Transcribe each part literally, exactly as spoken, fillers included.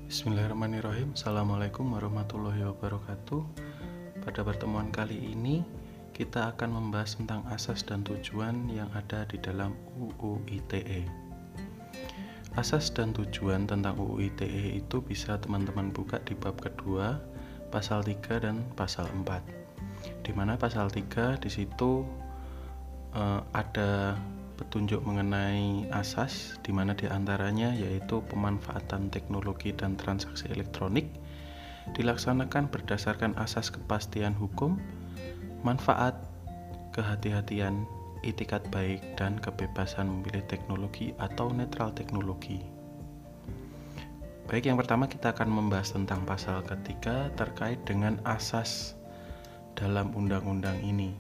Bismillahirrahmanirrahim. Assalamualaikum warahmatullahi wabarakatuh. Pada pertemuan kali ini kita akan membahas tentang asas dan tujuan yang ada di dalam U U I T E. Asas dan tujuan tentang U U I T E itu bisa teman-teman buka di bab kedua, pasal tiga dan pasal empat. Di mana pasal tiga di situ eh, ada petunjuk mengenai asas, di mana diantaranya yaitu pemanfaatan teknologi dan transaksi elektronik dilaksanakan berdasarkan asas kepastian hukum, manfaat, kehati-hatian, itikat baik, dan kebebasan memilih teknologi atau netral teknologi. Baik, yang pertama kita akan membahas tentang pasal ketiga terkait dengan asas dalam undang-undang ini.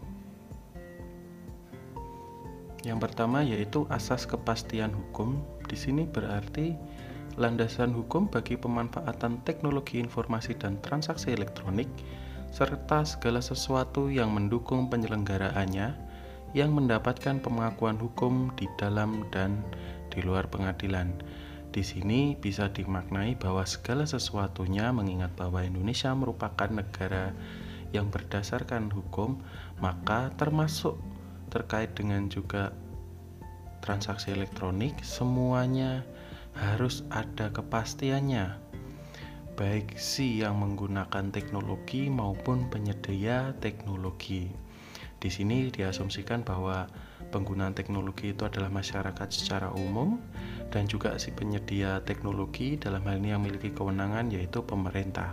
Yang pertama yaitu asas kepastian hukum. Di sini berarti landasan hukum bagi pemanfaatan teknologi informasi dan transaksi elektronik serta segala sesuatu yang mendukung penyelenggaraannya yang mendapatkan pengakuan hukum di dalam dan di luar pengadilan. Di sini bisa dimaknai bahwa segala sesuatunya, mengingat bahwa Indonesia merupakan negara yang berdasarkan hukum, maka termasuk terkait dengan juga transaksi elektronik, semuanya harus ada kepastiannya, baik si yang menggunakan teknologi maupun penyedia teknologi. Di sini diasumsikan bahwa penggunaan teknologi itu adalah masyarakat secara umum dan juga si penyedia teknologi dalam hal ini yang memiliki kewenangan yaitu pemerintah.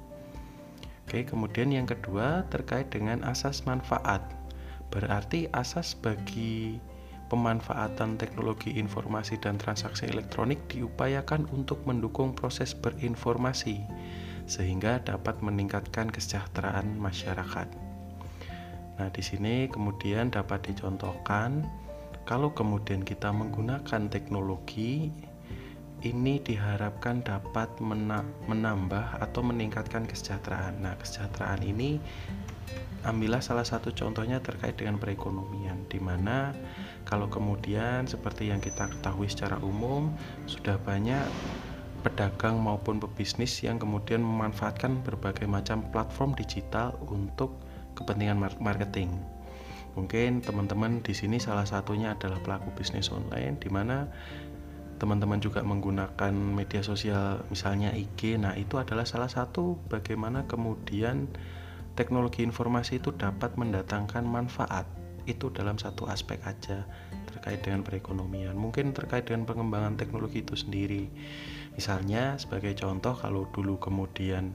Oke, kemudian yang kedua terkait dengan asas manfaat. Berarti asas bagi pemanfaatan teknologi informasi dan transaksi elektronik diupayakan untuk mendukung proses berinformasi sehingga dapat meningkatkan kesejahteraan masyarakat. Nah, di sini kemudian dapat dicontohkan kalau kemudian kita menggunakan teknologi ini diharapkan dapat menambah atau meningkatkan kesejahteraan. Nah, kesejahteraan ini ambillah salah satu contohnya terkait dengan perekonomian, di mana kalau kemudian seperti yang kita ketahui secara umum sudah banyak pedagang maupun pebisnis yang kemudian memanfaatkan berbagai macam platform digital untuk kepentingan marketing. Mungkin teman-teman di sini salah satunya adalah pelaku bisnis online, di mana teman-teman juga menggunakan media sosial misalnya I G. Nah, itu adalah salah satu bagaimana kemudian teknologi informasi itu dapat mendatangkan manfaat. Itu dalam satu aspek aja terkait dengan perekonomian. Mungkin terkait dengan pengembangan teknologi itu sendiri. Misalnya sebagai contoh, kalau dulu kemudian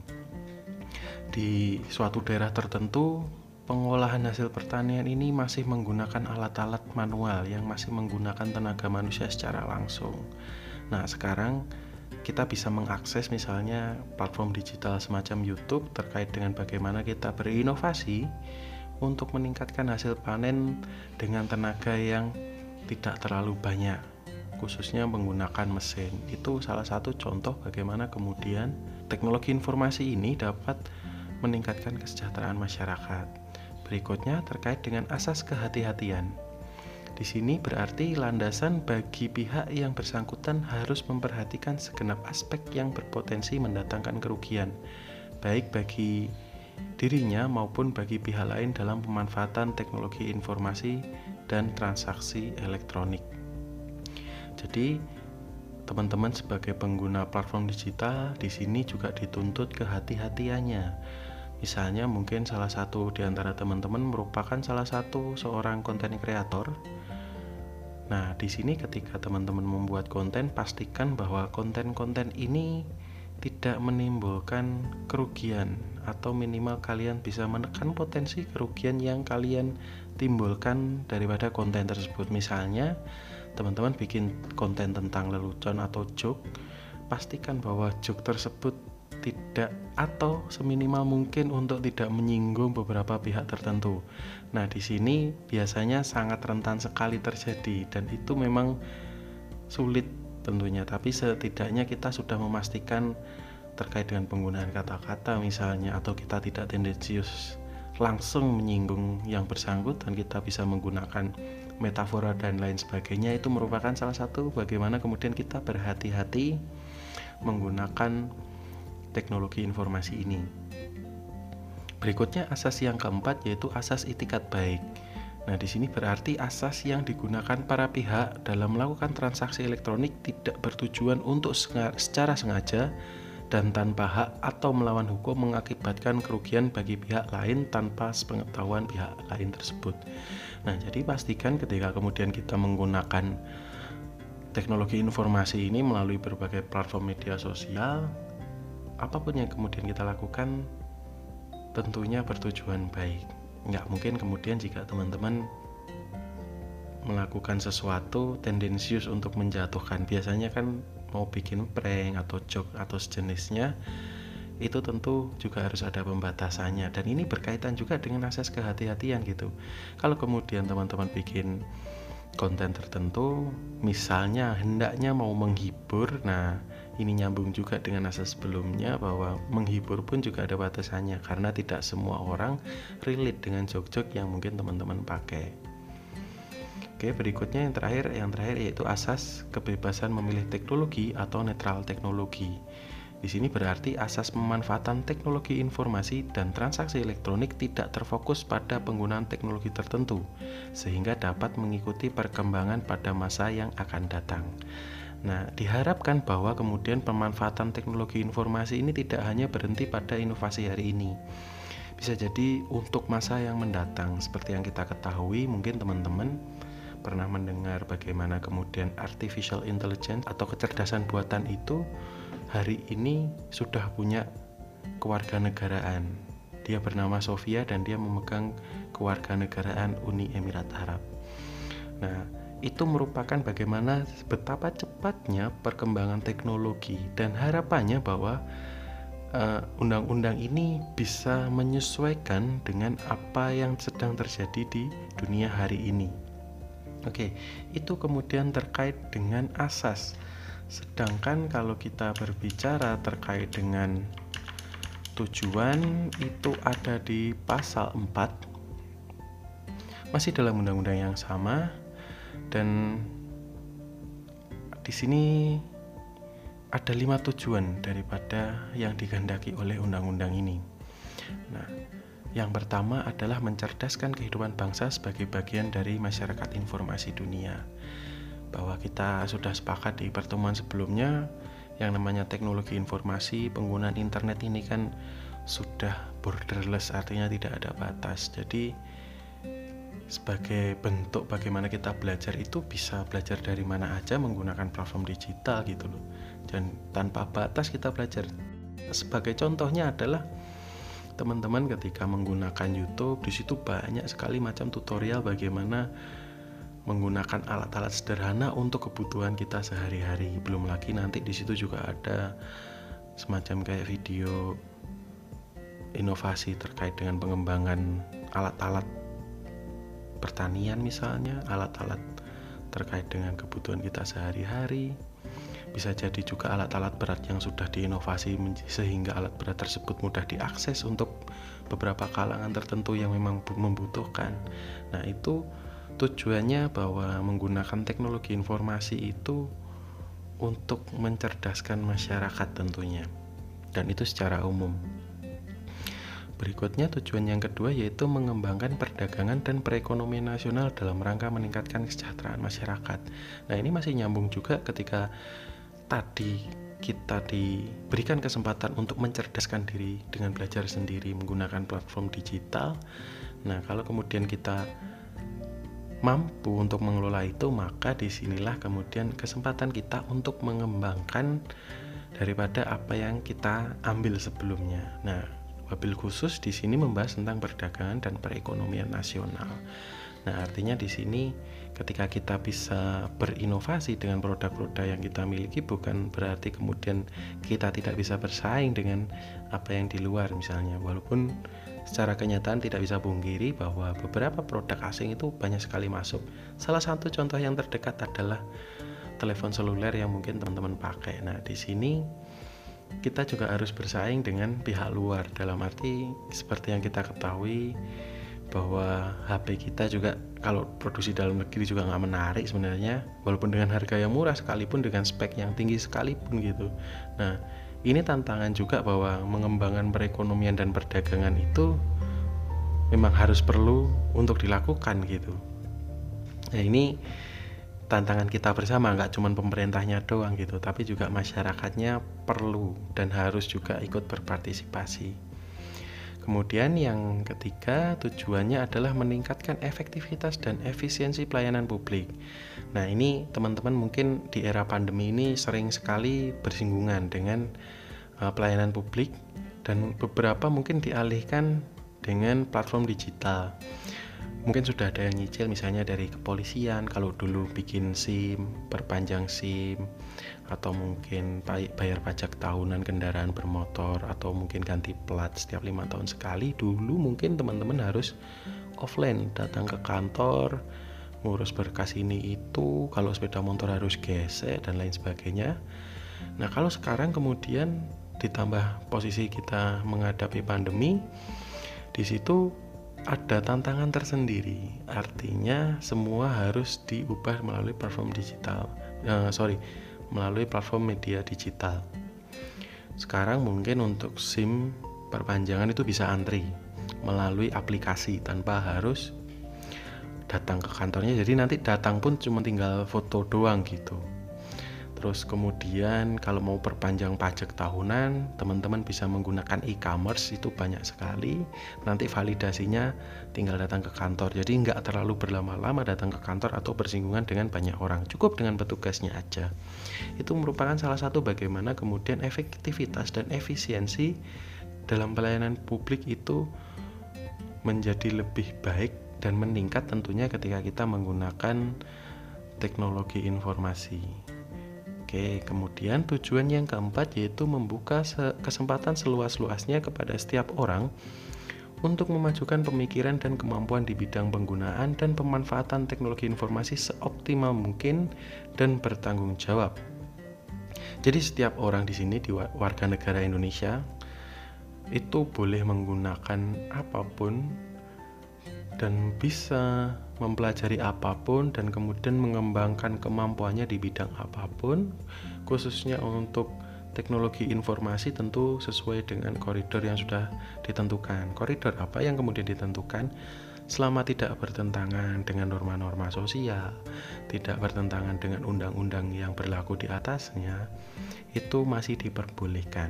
di suatu daerah tertentu pengolahan hasil pertanian ini masih menggunakan alat-alat manual yang masih menggunakan tenaga manusia secara langsung. Nah, sekarang kita bisa mengakses misalnya platform digital semacam YouTube terkait dengan bagaimana kita berinovasi untuk meningkatkan hasil panen dengan tenaga yang tidak terlalu banyak, khususnya menggunakan mesin. Itu salah satu contoh bagaimana kemudian teknologi informasi ini dapat meningkatkan kesejahteraan masyarakat. Berikutnya terkait dengan asas kehati-hatian. Di sini berarti landasan bagi pihak yang bersangkutan harus memperhatikan segenap aspek yang berpotensi mendatangkan kerugian, baik bagi dirinya maupun bagi pihak lain dalam pemanfaatan teknologi informasi dan transaksi elektronik. Jadi, teman-teman sebagai pengguna platform digital di sini juga dituntut kehati-hatiannya. Misalnya mungkin salah satu di antara teman-teman merupakan salah satu seorang konten kreator. Nah, di sini ketika teman-teman membuat konten, pastikan bahwa konten-konten ini tidak menimbulkan kerugian atau minimal kalian bisa menekan potensi kerugian yang kalian timbulkan daripada konten tersebut. Misalnya, teman-teman bikin konten tentang lelucon atau joke, pastikan bahwa joke tersebut tidak atau seminimal mungkin untuk tidak menyinggung beberapa pihak tertentu. Nah, di sini biasanya sangat rentan sekali terjadi dan itu memang sulit tentunya, tapi setidaknya kita sudah memastikan terkait dengan penggunaan kata-kata misalnya, atau kita tidak tendensius langsung menyinggung yang bersangkutan, kita bisa menggunakan metafora dan lain sebagainya. Itu merupakan salah satu bagaimana kemudian kita berhati-hati menggunakan teknologi informasi ini. Berikutnya asas yang keempat yaitu asas itikat baik. Nah, di sini berarti asas yang digunakan para pihak dalam melakukan transaksi elektronik tidak bertujuan untuk secara sengaja dan tanpa hak atau melawan hukum mengakibatkan kerugian bagi pihak lain tanpa sepengetahuan pihak lain tersebut. Nah, jadi pastikan ketika kemudian kita menggunakan teknologi informasi ini melalui berbagai platform media sosial, apapun yang kemudian kita lakukan tentunya bertujuan baik. Nggak mungkin kemudian jika teman-teman melakukan sesuatu tendensius untuk menjatuhkan, biasanya kan mau bikin prank atau joke atau sejenisnya, itu tentu juga harus ada pembatasannya, dan ini berkaitan juga dengan asas kehati-hatian gitu. Kalau kemudian teman-teman bikin konten tertentu, misalnya hendaknya mau menghibur, nah ini nyambung juga dengan asas sebelumnya bahwa menghibur pun juga ada batasannya, karena tidak semua orang relate dengan joke-joke yang mungkin teman-teman pakai. Oke, berikutnya yang terakhir, yang terakhir yaitu asas kebebasan memilih teknologi atau netral teknologi. Di sini berarti asas pemanfaatan teknologi informasi dan transaksi elektronik tidak terfokus pada penggunaan teknologi tertentu, sehingga dapat mengikuti perkembangan pada masa yang akan datang. Nah, diharapkan bahwa kemudian pemanfaatan teknologi informasi ini tidak hanya berhenti pada inovasi hari ini. Bisa jadi untuk masa yang mendatang. Seperti yang kita ketahui, mungkin teman-teman pernah mendengar bagaimana kemudian artificial intelligence atau kecerdasan buatan itu hari ini sudah punya kewarganegaraan. Dia bernama Sofia dan dia memegang kewarganegaraan Uni Emirat Arab. Nah, itu merupakan bagaimana betapa cepatnya perkembangan teknologi dan harapannya bahwa uh, undang-undang ini bisa menyesuaikan dengan apa yang sedang terjadi di dunia hari ini. Oke, itu kemudian terkait dengan asas. Sedangkan kalau kita berbicara terkait dengan tujuan, itu ada di pasal empat, masih dalam undang-undang yang sama. Dan di sini ada lima tujuan daripada yang dikehendaki oleh undang-undang ini. Nah, yang pertama adalah mencerdaskan kehidupan bangsa sebagai bagian dari masyarakat informasi dunia. Bahwa kita sudah sepakat di pertemuan sebelumnya, yang namanya teknologi informasi, penggunaan internet ini kan sudah borderless, artinya tidak ada batas. Jadi sebagai bentuk bagaimana kita belajar itu bisa belajar dari mana aja menggunakan platform digital gitu loh, dan tanpa batas kita belajar. Sebagai contohnya adalah teman-teman ketika menggunakan YouTube, di situ banyak sekali macam tutorial bagaimana menggunakan alat-alat sederhana untuk kebutuhan kita sehari-hari. Belum lagi nanti di situ juga ada semacam kayak video inovasi terkait dengan pengembangan alat-alat pertanian, misalnya alat-alat terkait dengan kebutuhan kita sehari-hari. Bisa jadi juga alat-alat berat yang sudah diinovasi sehingga alat berat tersebut mudah diakses untuk beberapa kalangan tertentu yang memang membutuhkan. Nah, itu tujuannya bahwa menggunakan teknologi informasi itu untuk mencerdaskan masyarakat tentunya, dan itu secara umum. Berikutnya tujuan yang kedua yaitu mengembangkan perdagangan dan perekonomian nasional dalam rangka meningkatkan kesejahteraan masyarakat. Nah, ini masih nyambung juga ketika tadi kita diberikan kesempatan untuk mencerdaskan diri dengan belajar sendiri menggunakan platform digital. Nah, kalau kemudian kita mampu untuk mengelola itu, maka disinilah kemudian kesempatan kita untuk mengembangkan daripada apa yang kita ambil sebelumnya. Nah, wabil khusus di sini membahas tentang perdagangan dan perekonomian nasional. Nah, artinya di sini ketika kita bisa berinovasi dengan produk-produk yang kita miliki, bukan berarti kemudian kita tidak bisa bersaing dengan apa yang di luar misalnya. Walaupun secara kenyataan tidak bisa pungkiri bahwa beberapa produk asing itu banyak sekali masuk. Salah satu contoh yang terdekat adalah telepon seluler yang mungkin teman-teman pakai. Nah, di sini kita juga harus bersaing dengan pihak luar, dalam arti seperti yang kita ketahui bahwa H P kita juga kalau produksi dalam negeri juga nggak menarik sebenarnya, walaupun dengan harga yang murah sekalipun, dengan spek yang tinggi sekalipun gitu. Nah, ini tantangan juga bahwa mengembangkan perekonomian dan perdagangan itu memang harus perlu untuk dilakukan gitu. Nah, ini tantangan kita bersama, nggak cuma pemerintahnya doang gitu, tapi juga masyarakatnya perlu dan harus juga ikut berpartisipasi. Kemudian yang ketiga, tujuannya adalah meningkatkan efektivitas dan efisiensi pelayanan publik. Nah, ini teman-teman mungkin di era pandemi ini sering sekali bersinggungan dengan uh, pelayanan publik, dan beberapa mungkin dialihkan dengan platform digital. Mungkin sudah ada yang nyicil misalnya dari kepolisian, kalau dulu bikin SIM, perpanjang SIM, atau mungkin bayar pajak tahunan kendaraan bermotor, atau mungkin ganti plat setiap lima tahun sekali. Dulu mungkin teman-teman harus offline, datang ke kantor, ngurus berkas ini itu, kalau sepeda motor harus gesek dan lain sebagainya. Nah, kalau sekarang kemudian ditambah posisi kita menghadapi pandemi, di situ ada tantangan tersendiri, artinya semua harus diubah melalui platform digital, uh, sorry, melalui platform media digital. Sekarang mungkin untuk SIM perpanjangan itu bisa antri melalui aplikasi tanpa harus datang ke kantornya, jadi nanti datang pun cuma tinggal foto doang gitu. Terus kemudian kalau mau perpanjang pajak tahunan, teman-teman bisa menggunakan e-commerce, itu banyak sekali. Nanti validasinya tinggal datang ke kantor. Jadi nggak terlalu berlama-lama datang ke kantor atau bersinggungan dengan banyak orang. Cukup dengan petugasnya aja. Itu merupakan salah satu bagaimana kemudian efektivitas dan efisiensi dalam pelayanan publik itu menjadi lebih baik dan meningkat tentunya ketika kita menggunakan teknologi informasi. Oke, kemudian tujuan yang keempat yaitu membuka kesempatan seluas-luasnya kepada setiap orang untuk memajukan pemikiran dan kemampuan di bidang penggunaan dan pemanfaatan teknologi informasi seoptimal mungkin dan bertanggung jawab. Jadi setiap orang di sini, di warga negara Indonesia, itu boleh menggunakan apapun dan bisa mempelajari apapun dan kemudian mengembangkan kemampuannya di bidang apapun, khususnya untuk teknologi informasi tentu sesuai dengan koridor yang sudah ditentukan. Koridor apa yang kemudian ditentukan? Selama tidak bertentangan dengan norma-norma sosial, tidak bertentangan dengan undang-undang yang berlaku di atasnya, itu masih diperbolehkan.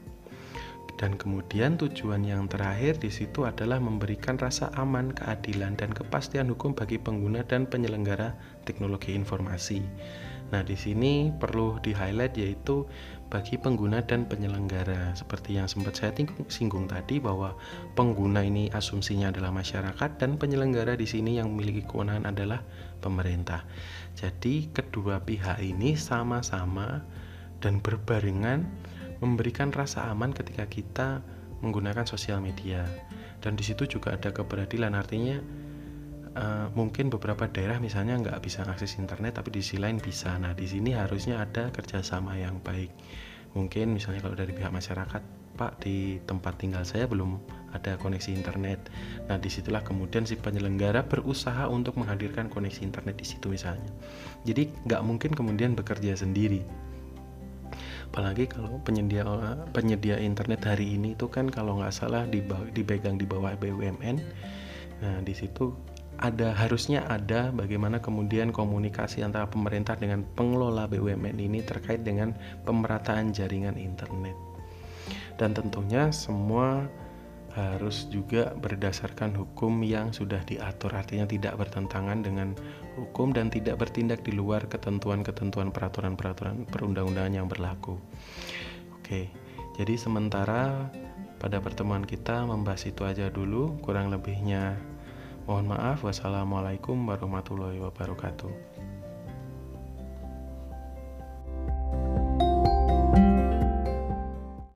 Dan kemudian tujuan yang terakhir di situ adalah memberikan rasa aman, keadilan, dan kepastian hukum bagi pengguna dan penyelenggara teknologi informasi. Nah, di sini perlu di-highlight yaitu bagi pengguna dan penyelenggara. Seperti yang sempat saya singgung tadi bahwa pengguna ini asumsinya adalah masyarakat dan penyelenggara di sini yang memiliki kewenangan adalah pemerintah. Jadi kedua pihak ini sama-sama dan berbarengan memberikan rasa aman ketika kita menggunakan sosial media. Dan di situ juga ada keberadilan, artinya uh, mungkin beberapa daerah misalnya nggak bisa akses internet, tapi di sisi lain bisa. Nah, di sini harusnya ada kerjasama yang baik. Mungkin misalnya kalau dari pihak masyarakat, Pak, di tempat tinggal saya belum ada koneksi internet. Nah, disitulah kemudian si penyelenggara berusaha untuk menghadirkan koneksi internet di situ misalnya. Jadi nggak mungkin kemudian bekerja sendiri. Apalagi kalau penyedia penyedia internet hari ini itu kan kalau nggak salah dipegang di bawah B U M N. Nah, di situ ada harusnya ada bagaimana kemudian komunikasi antara pemerintah dengan pengelola B U M N ini terkait dengan pemerataan jaringan internet. Dan tentunya semua harus juga berdasarkan hukum yang sudah diatur, artinya tidak bertentangan dengan hukum dan tidak bertindak di luar ketentuan-ketentuan peraturan-peraturan perundang-undangan yang berlaku. Oke, jadi sementara pada pertemuan kita membahas itu aja dulu, kurang lebihnya mohon maaf. Wassalamualaikum warahmatullahi wabarakatuh.